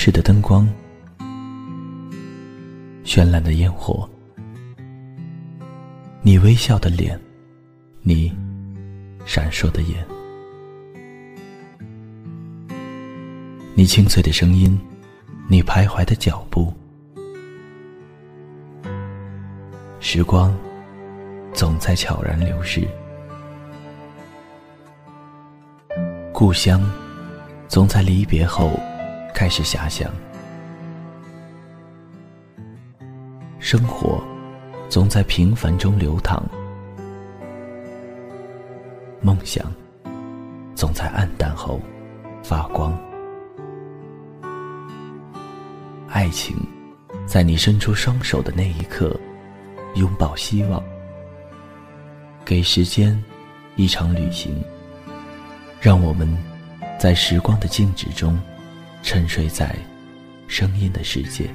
市的灯光，绚烂的烟火，你微笑的脸，你闪烁的眼，你清脆的声音，你徘徊的脚步。时光总在悄然流逝，故乡总在离别后开始遐想，生活总在平凡中流淌，梦想总在暗淡后发光，爱情在你伸出双手的那一刻拥抱希望，给时间一场旅行，让我们在时光的静止中沉睡在声音的世界。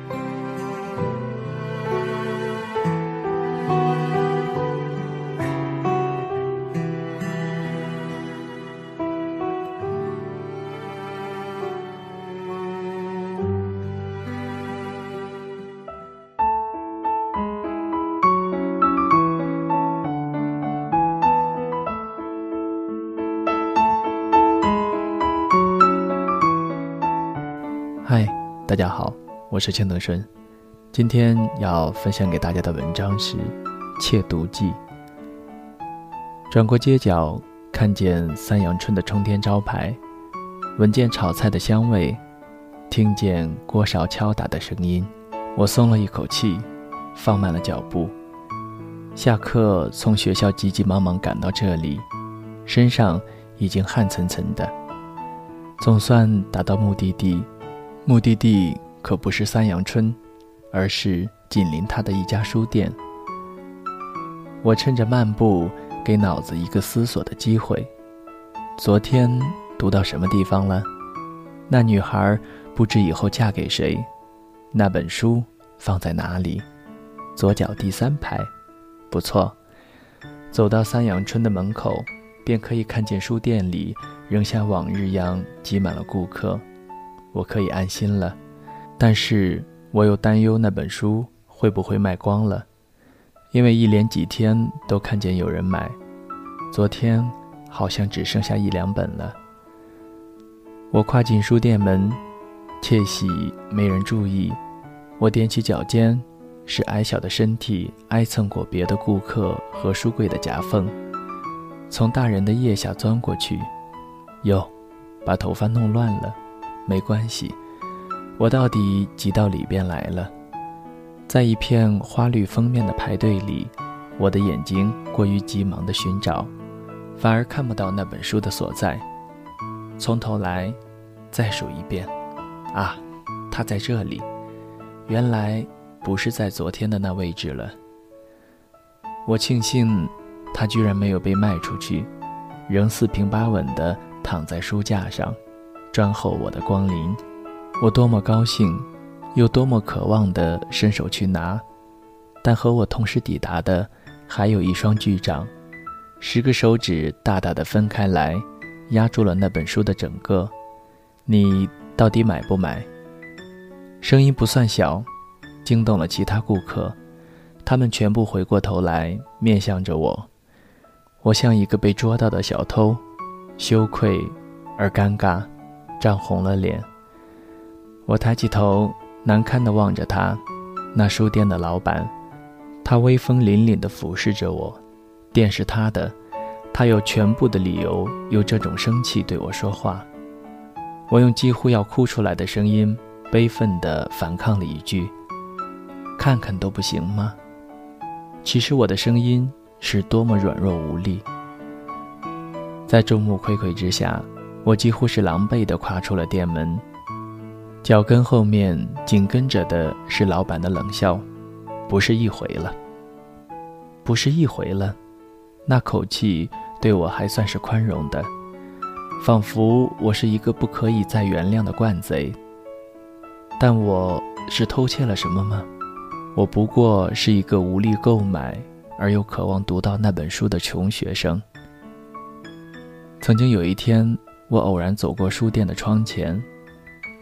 嗨，大家好，我是钱德顺。今天要分享给大家的文章是《窃读记》。转过街角，看见三阳春的冲天招牌，闻见炒菜的香味，听见锅勺敲打的声音，我松了一口气，放慢了脚步。下课从学校急急忙忙赶到这里，身上已经汗涔涔的，总算达到目的地。目的地可不是三阳春，而是紧邻它的一家书店。我趁着漫步，给脑子一个思索的机会。昨天读到什么地方了？那女孩不知以后嫁给谁？那本书放在哪里？左脚第3排，不错。走到三阳春的门口，便可以看见书店里仍像往日样挤满了顾客。我可以安心了，但是我又担忧那本书会不会卖光了，因为一连几天都看见有人买，昨天好像只剩下1-2本了。我跨进书店门，窃喜没人注意，我踮起脚尖，使矮小的身体挨蹭过别的顾客和书柜的夹缝，从大人的腋下钻过去。哟，把头发弄乱了，没关系，我到底挤到里边来了。在一片花绿封面的排队里，我的眼睛过于急忙地寻找，反而看不到那本书的所在。从头来，再数一遍。啊，它在这里，原来不是在昨天的那位置了。我庆幸它居然没有被卖出去，仍四平八稳地躺在书架上，专候我的光临。我多么高兴，又多么渴望地伸手去拿，但和我同时抵达的还有一双巨掌，10个手指大大地分开来，压住了那本书的整个。你到底买不买？声音不算小，惊动了其他顾客，他们全部回过头来面向着我。我像一个被捉到的小偷，羞愧而尴尬，涨红了脸。我抬起头，难堪地望着他，那书店的老板，他威风凛凛地俯视着我。店是他的，他有全部的理由用这种生气对我说话。我用几乎要哭出来的声音，悲愤地反抗了一句：看看都不行吗？其实我的声音是多么软弱无力。在众目睽睽之下，我几乎是狼狈地跨出了店门，脚跟后面紧跟着的是老板的冷笑：不是一回了。不是一回了，那口气对我还算是宽容的，仿佛我是一个不可以再原谅的惯贼。但我是偷窃了什么吗？我不过是一个无力购买而又渴望读到那本书的穷学生。曾经有一天，我偶然走过书店的窗前，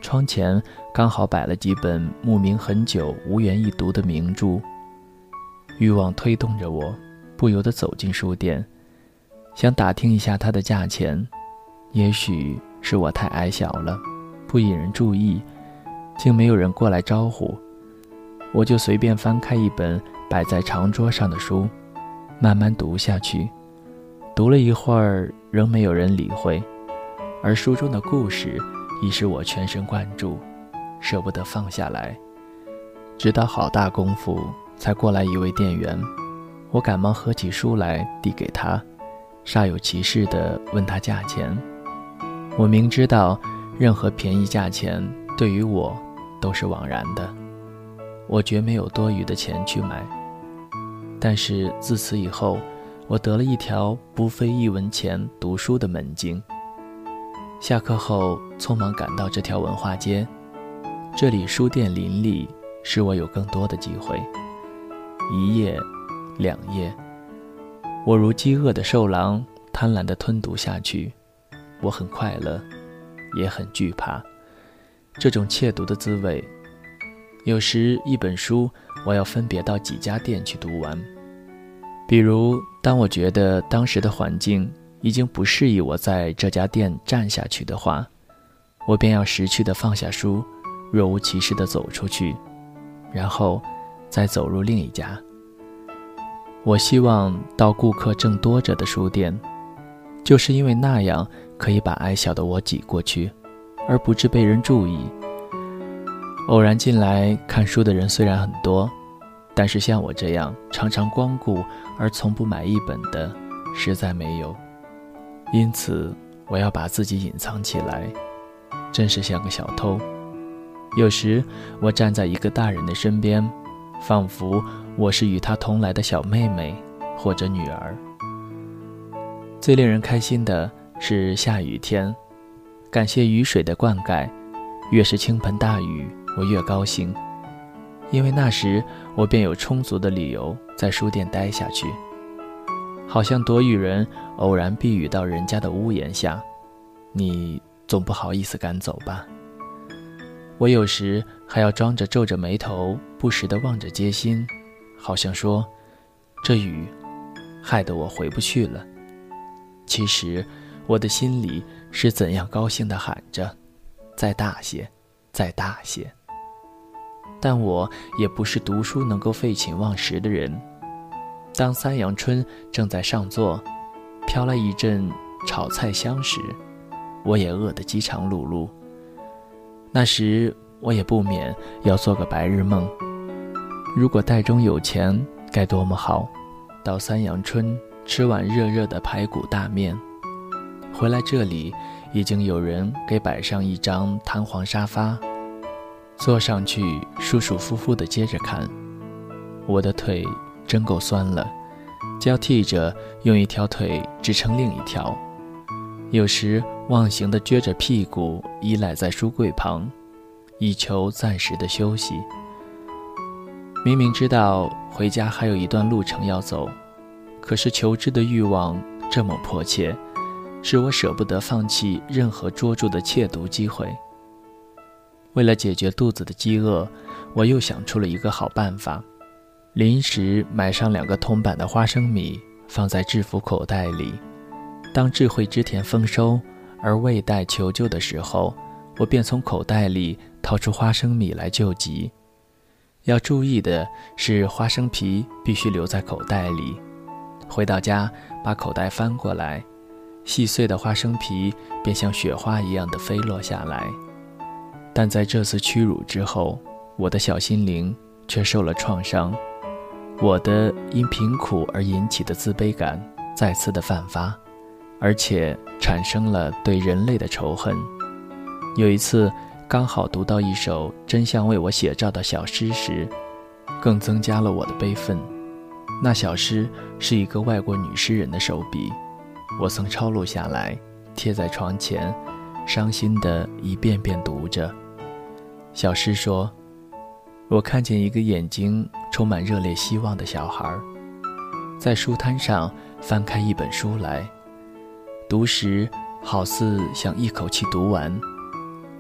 窗前刚好摆了几本慕名很久无缘一读的名著，欲望推动着我，不由地走进书店，想打听一下它的价钱。也许是我太矮小了，不引人注意，竟没有人过来招呼。我就随便翻开一本摆在长桌上的书，慢慢读下去。读了一会儿，仍没有人理会，而书中的故事已使我全神贯注，舍不得放下来。直到好大功夫才过来一位店员，我赶忙合起书来递给他，煞有其事地问他价钱。我明知道任何便宜价钱对于我都是枉然的，我绝没有多余的钱去买。但是自此以后，我得了一条不费一文钱读书的门径。下课后匆忙赶到这条文化街，这里书店林立，使我有更多的机会。一页2页，我如饥饿的兽狼，贪婪地吞读下去。我很快乐，也很惧怕这种窃读的滋味。有时一本书我要分别到几家店去读完。比如当我觉得当时的环境已经不适宜我在这家店站下去的话，我便要识趣地放下书，若无其事地走出去，然后再走入另一家。我希望到顾客正多着的书店，就是因为那样可以把矮小的我挤过去，而不致被人注意。偶然进来看书的人虽然很多，但是像我这样常常光顾而从不买一本的实在没有。因此我要把自己隐藏起来，真是像个小偷。有时我站在一个大人的身边，仿佛我是与他同来的小妹妹或者女儿。最令人开心的是下雨天，感谢雨水的灌溉，越是倾盆大雨我越高兴，因为那时我便有充足的理由在书店待下去，好像躲雨人偶然避雨到人家的屋檐下，你总不好意思赶走吧。我有时还要装着皱着眉头，不时地望着街心，好像说这雨害得我回不去了。其实我的心里是怎样高兴地喊着再大些，再大些。但我也不是读书能够废寝忘食的人。当三阳春正在上座，飘来一阵炒菜香时，我也饿得饥肠辘辘。那时我也不免要做个白日梦，如果袋中有钱该多么好，到三阳春吃碗热热的排骨大面，回来这里已经有人给摆上一张弹簧沙发，坐上去舒舒服服地接着看。我的腿真够酸了，交替着用一条腿支撑另一条，有时忘形地撅着屁股依赖在书柜旁，以求暂时的休息。明明知道回家还有一段路程要走，可是求知的欲望这么迫切，使我舍不得放弃任何捉住的窃读机会。为了解决肚子的饥饿，我又想出了一个好办法，临时买上2个铜板的花生米，放在制服口袋里。当智慧之田丰收而未待求救的时候，我便从口袋里掏出花生米来救急。要注意的是，花生皮必须留在口袋里。回到家，把口袋翻过来，细碎的花生皮便像雪花一样的飞落下来。但在这次屈辱之后，我的小心灵却受了创伤，我的因贫苦而引起的自卑感再次的泛发，而且产生了对人类的仇恨。有一次刚好读到一首真像为我写照的小诗时，更增加了我的悲愤。那小诗是一个外国女诗人的手笔，我曾抄录下来，贴在床前，伤心地一遍遍读着。小诗说，我看见一个眼睛充满热烈希望的小孩，在书摊上翻开一本书来，读时好似想一口气读完，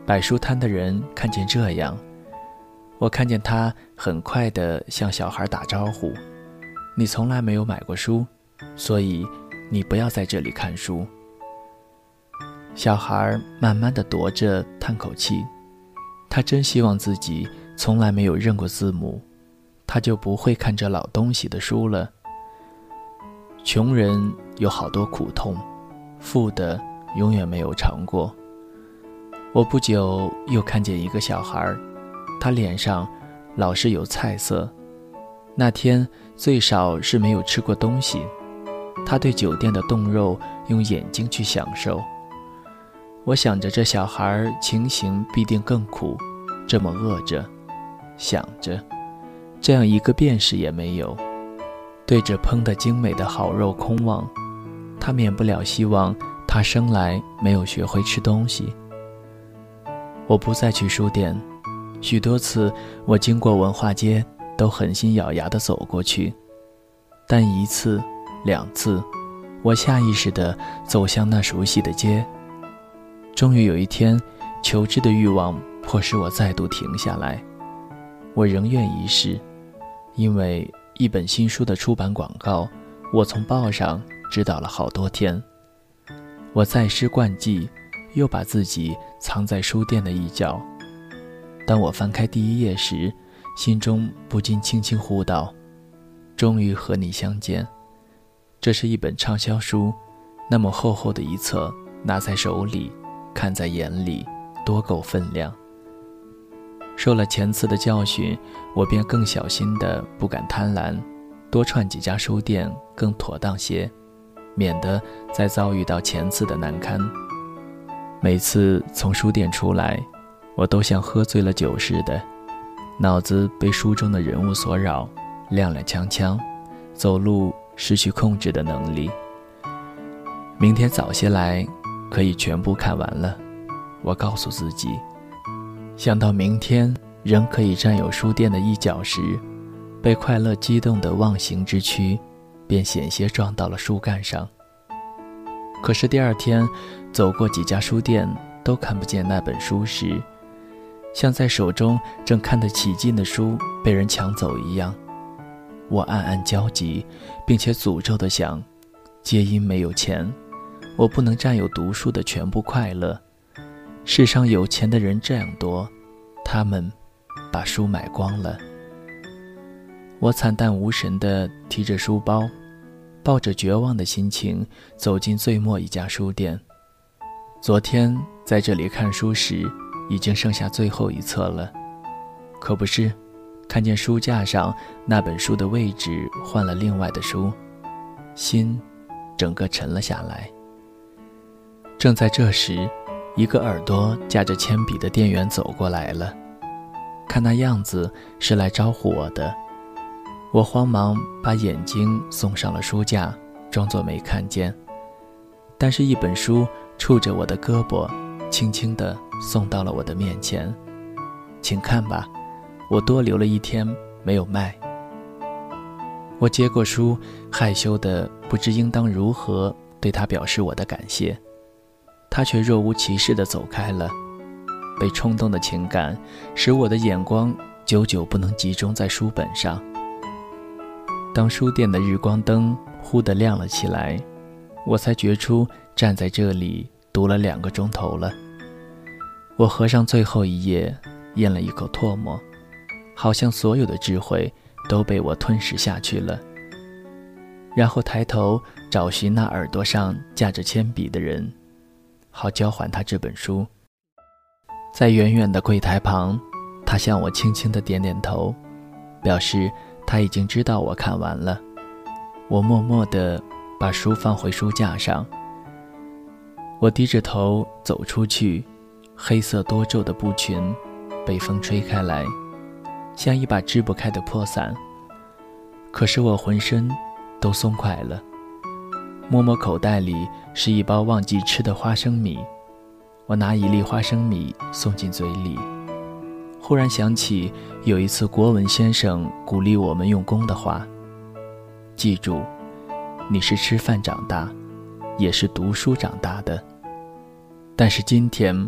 摆书摊的人看见这样，我看见他很快地向小孩打招呼：你从来没有买过书，所以你不要在这里看书。小孩慢慢地踱着叹口气，他真希望自己从来没有认过字母，他就不会看这老东西的书了。穷人有好多苦痛，富的永远没有尝过。我不久又看见一个小孩，他脸上老是有菜色，那天最少是没有吃过东西。他对酒店的冻肉用眼睛去享受。我想着这小孩情形必定更苦，这么饿着，想着这样一个便士也没有，对着烹得精美的好肉空望，他免不了希望他生来没有学会吃东西。我不再去书店，许多次我经过文化街都狠心咬牙地走过去，但一次两次我下意识地走向那熟悉的街。终于有一天，求知的欲望迫使我再度停下来。我仍愿一试，因为一本新书的出版广告，我从报上知道了好多天。我再施惯技，又把自己藏在书店的一角。当我翻开第一页时，心中不禁轻轻呼道：终于和你相见。这是一本畅销书，那么厚厚的一册，拿在手里，看在眼里，多够分量。受了前次的教训，我便更小心地不敢贪婪，多串几家书店更妥当些，免得再遭遇到前次的难堪。每次从书店出来，我都像喝醉了酒似的，脑子被书中的人物所扰，踉踉跄跄，走路失去控制的能力。明天早些来，可以全部看完了，我告诉自己。想到明天仍可以占有书店的一角时，被快乐激动的忘形之躯便险些撞到了书干上。可是第二天走过几家书店都看不见那本书时，像在手中正看得起劲的书被人抢走一样，我暗暗焦急，并且诅咒地想，皆因没有钱，我不能占有读书的全部快乐。世上有钱的人这样多，他们把书买光了。我惨淡无神地提着书包，抱着绝望的心情走进最末一家书店。昨天在这里看书时，已经剩下最后一册了。可不是，看见书架上那本书的位置换了另外的书，心整个沉了下来。正在这时，一个耳朵夹着铅笔的店员走过来了，看那样子是来招呼我的。我慌忙把眼睛送上了书架，装作没看见。但是一本书触着我的胳膊，轻轻地送到了我的面前。请看吧，我多留了一天没有卖。我接过书，害羞的不知应当如何对他表示我的感谢。他却若无其事地走开了。被冲动的情感使我的眼光久久不能集中在书本上。当书店的日光灯忽地亮了起来，我才觉出站在这里读了2个钟头了。我合上最后一页，咽了一口唾沫，好像所有的智慧都被我吞噬下去了。然后抬头找寻那耳朵上架着铅笔的人，好交还他这本书。在远远的柜台旁，他向我轻轻地点点头，表示他已经知道我看完了。我默默地把书放回书架上。我低着头走出去，黑色多皱的布裙被风吹开来，像一把支不开的破伞。可是我浑身都松快了。摸摸口袋里是一包忘记吃的花生米，我拿一粒花生米送进嘴里。忽然想起有一次国文先生鼓励我们用功的话：记住，你是吃饭长大，也是读书长大的。但是今天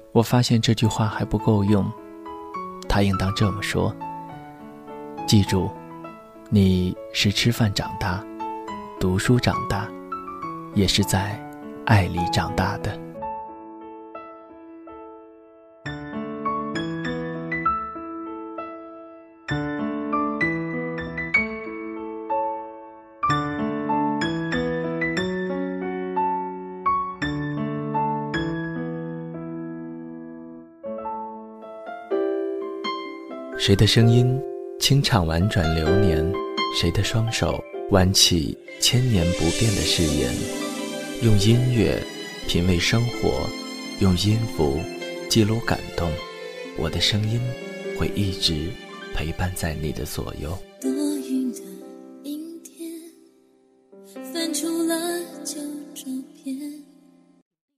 我发现这句话还不够用，它应当这么说：记住，你是吃饭长大，读书长大，也是在爱里长大的。谁的声音清唱婉转流年，谁的双手挽起千年不变的誓言，用音乐品味生活，用音符记录感动，我的声音会一直陪伴在你的左右。 多云的阴天，翻出了旧照片，